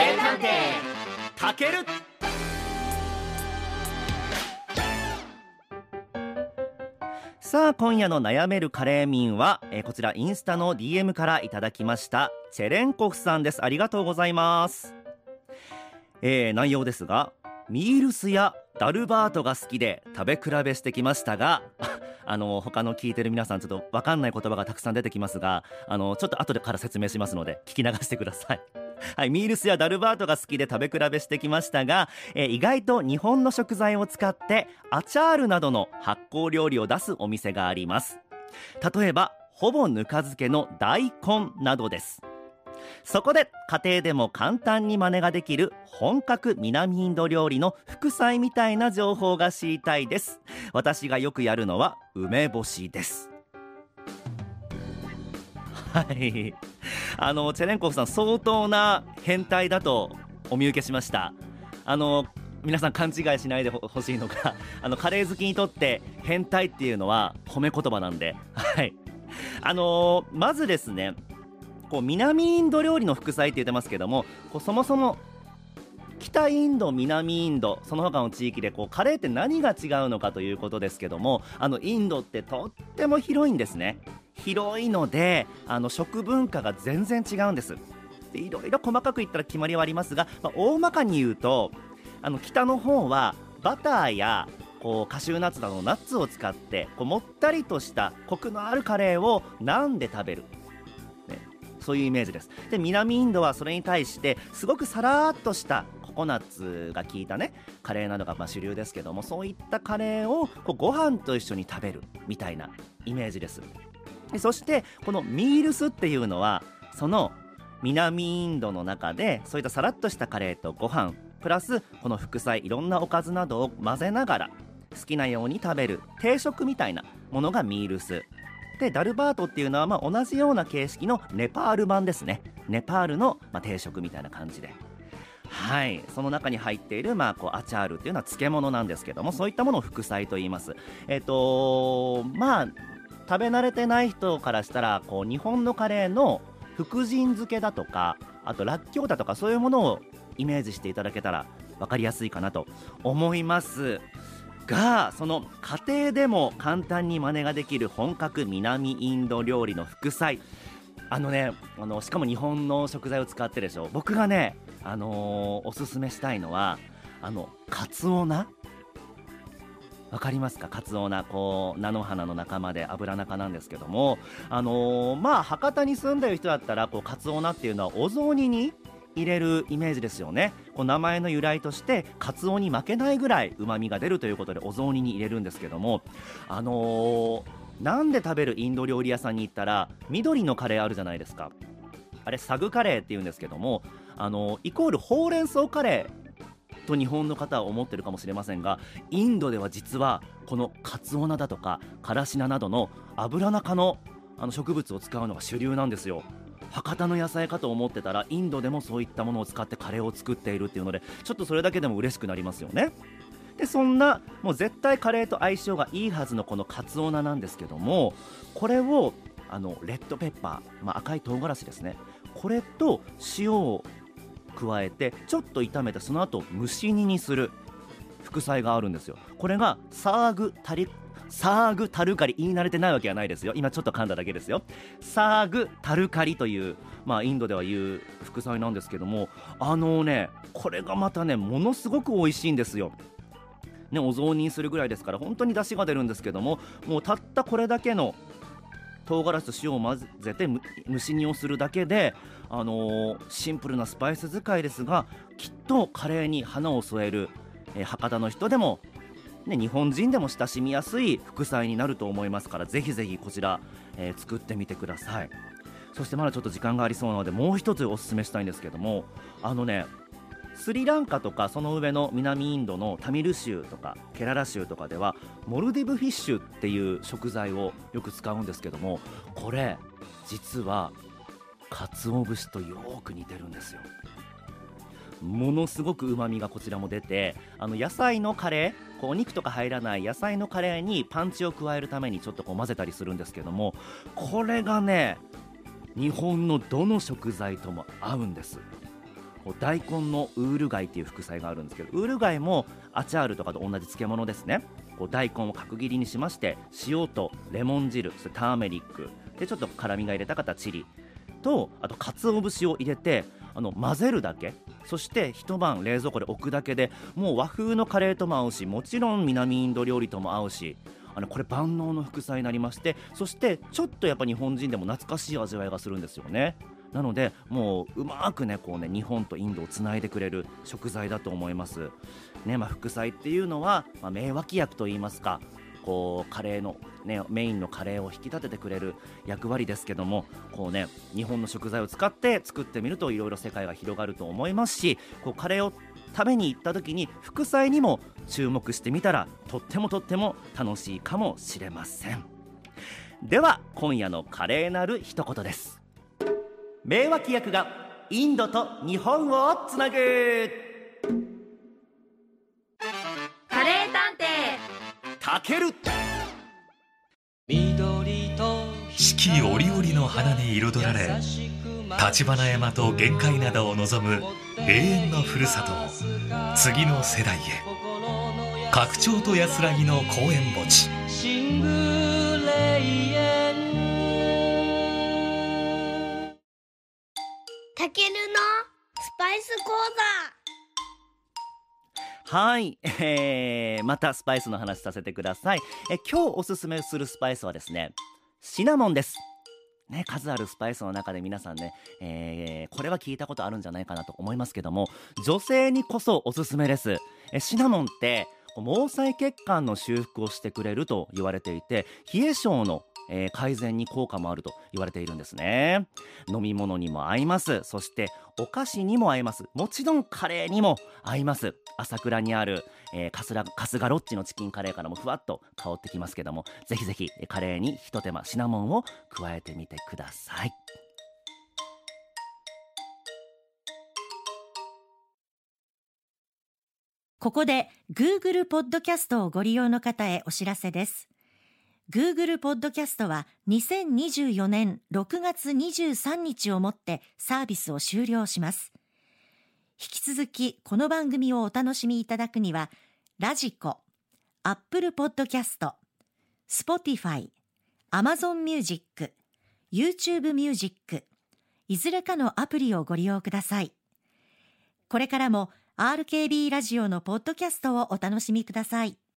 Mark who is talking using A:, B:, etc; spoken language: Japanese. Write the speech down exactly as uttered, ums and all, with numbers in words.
A: 名探偵
B: たける。さあ今夜の悩めるカレー民は、えー、こちらインスタの ディーエム からいただきましたチェレンコフさんです。ありがとうございます。えー、内容ですが、ミールスやダルバートが好きで食べ比べしてきましたがあの他の聞いてる皆さんちょっと分かんない言葉がたくさん出てきますが、あのちょっと後でから説明しますので聞き流してくださいはい、ミールスやダルバートが好きで食べ比べしてきましたが、えー、意外と日本の食材を使ってアチャールなどの発酵料理を出すお店があります。例えばほぼぬか漬けの大根などです。そこで家庭でも簡単に真似ができる本格南インド料理の副菜みたいな情報が知りたいです。私がよくやるのは梅干しです。はいあのチェレンコフさん相当な変態だとお見受けしました。あの皆さん勘違いしないでほしいのがあのカレー好きにとって変態っていうのは褒め言葉なんで、はいあのまずですね、こう南インド料理の副菜って言ってますけども、こうそもそも北インド、南インド、その他の地域でこうカレーって何が違うのかということですけども、あのインドってとっても広いんですね。広いのであの食文化が全然違うんです。でいろいろ細かく言ったら決まりはありますが、まあ、大まかに言うとあの北の方はバターやこうカシューナッツなどのナッツを使ってこうもったりとしたコクのあるカレーをナンで食べる、ね、そういうイメージです。で南インドはそれに対してすごくサラーっとしたココナッツが効いたねカレーなどがまあ主流ですけども、そういったカレーをこうご飯と一緒に食べるみたいなイメージです。でそしてこのミールスっていうのはその南インドの中でそういったサラッとしたカレーとご飯プラスこの副菜いろんなおかずなどを混ぜながら好きなように食べる定食みたいなものがミールスで、ダルバートっていうのはまあ同じような形式のネパール版ですね。ネパールのまあ定食みたいな感じで、はい、その中に入っているまあこうアチャールっていうのは漬物なんですけども、そういったものを副菜と言います。えっとまあ食べ慣れてない人からしたらこう日本のカレーの福神漬けだとかあとらっきょうだとかそういうものをイメージしていただけたら分かりやすいかなと思いますが、その家庭でも簡単に真似ができる本格南インド料理の副菜、あのねあのしかも日本の食材を使ってでしょ。僕がね、あのー、おすすめしたいのはあのカツオナ、わかりますか？カツオナ、こう菜の花の仲間で油中なんですけども、あのー、まあ博多に住んでる人だったらこうカツオナっていうのはお雑煮に入れるイメージですよね。こう名前の由来としてカツオに負けないぐらいうまみが出るということでお雑煮に入れるんですけども、あのー、なんで食べるインド料理屋さんに行ったら緑のカレーあるじゃないですか。あれサグカレーっていうんですけども、あのー、イコールほうれん草カレーと日本の方は思ってるかもしれませんが、インドでは実はこのカツオナだとかカラシナなどの油中のあの植物を使うのが主流なんですよ。博多の野菜かと思ってたらインドでもそういったものを使ってカレーを作っているっていうので、ちょっとそれだけでも嬉しくなりますよね。でそんなもう絶対カレーと相性がいいはずのこのカツオナなんですけども、これをあのレッドペッパー、まあ、赤い唐辛子ですね、これと塩を加えてちょっと炒めてその後蒸し煮にする副菜があるんですよ。これがサーグタリサーグタルカリ、言い慣れてないわけはないですよ。今ちょっと噛んだだけですよ。サーグタルカリという、まあ、インドでは言う副菜なんですけども、あのねこれがまたねものすごく美味しいんですよ。ね、お雑煮にするぐらいですから本当に出汁が出るんですけども、もうたったこれだけの唐辛子と塩を混ぜて蒸し煮をするだけで、あのー、シンプルなスパイス使いですがきっとカレーに花を添える、えー、博多の人でも、ね、日本人でも親しみやすい副菜になると思いますから、ぜひぜひこちら、えー、作ってみてください。そしてまだちょっと時間がありそうなのでもう一つおすすめしたいんですけども、あのねスリランカとかその上の南インドのタミル州とかケララ州とかではモルディブフィッシュっていう食材をよく使うんですけども、これ実は鰹節とよく似てるんですよ。ものすごく旨味がこちらも出て、あの野菜のカレー、こうお肉とか入らない野菜のカレーにパンチを加えるためにちょっとこう混ぜたりするんですけども、これがね日本のどの食材とも合うんです。 こう大根のウール貝っていう副菜があるんですけど、ウール貝もアチャールとかと同じ漬物ですね。こう大根を角切りにしまして、塩とレモン汁、それターメリックでちょっと辛みが入れたかったチリと、あと鰹節を入れてあの混ぜるだけ、そして一晩冷蔵庫で置くだけで、もう和風のカレーとも合うし、もちろん南インド料理とも合うし、あのこれ万能の副菜になりまして、そしてちょっとやっぱ日本人でも懐かしい味わいがするんですよね。なのでもううまくねこうね日本とインドをつないでくれる食材だと思いますね。まあ、副菜っていうのは、まあ、名脇役といいますか、こうカレーの、ね、メインのカレーを引き立ててくれる役割ですけども、こうね日本の食材を使って作ってみるといろいろ世界が広がると思いますし、こうカレーを食べに行った時に副菜にも注目してみたらとってもとっても楽しいかもしれません。では今夜のカレーなる一言です。名脇役がインドと日本をつなぐ
A: カレー探偵
B: たける。
C: 四季折々の花に彩られ、橘山と玄界灘を望む永遠のふるさとを次の世代へ。拡張と安らぎの公園墓地。
A: たけるのスパイス講
B: はい、えー、またスパイスの話させてください。え今日おすすめするスパイスはですね、シナモンですね。数あるスパイスの中で皆さんね、えー、これは聞いたことあるんじゃないかなと思いますけども、女性にこそおすすめです。えシナモンって毛細血管の修復をしてくれると言われていて、冷え性のえー、改善に効果もあると言われているんですね。飲み物にも合います。そしてお菓子にも合います。もちろんカレーにも合います。朝倉にある、えー、カスラカスガロッチのチキンカレーからもふわっと香ってきますけども、ぜひぜひカレーにひと手間シナモンを加えてみてください。
D: ここで Google ポッドキャストをご利用の方へお知らせです。Google ポッドキャストはにせんにじゅうよねんろくがつにじゅうさんにちをもってサービスを終了します。引き続きこの番組をお楽しみいただくには、ラジコ、Apple ポッドキャスト、Spotify、Amazon Music、YouTube Music、いずれかのアプリをご利用ください。これからも アールケービー ラジオのポッドキャストをお楽しみください。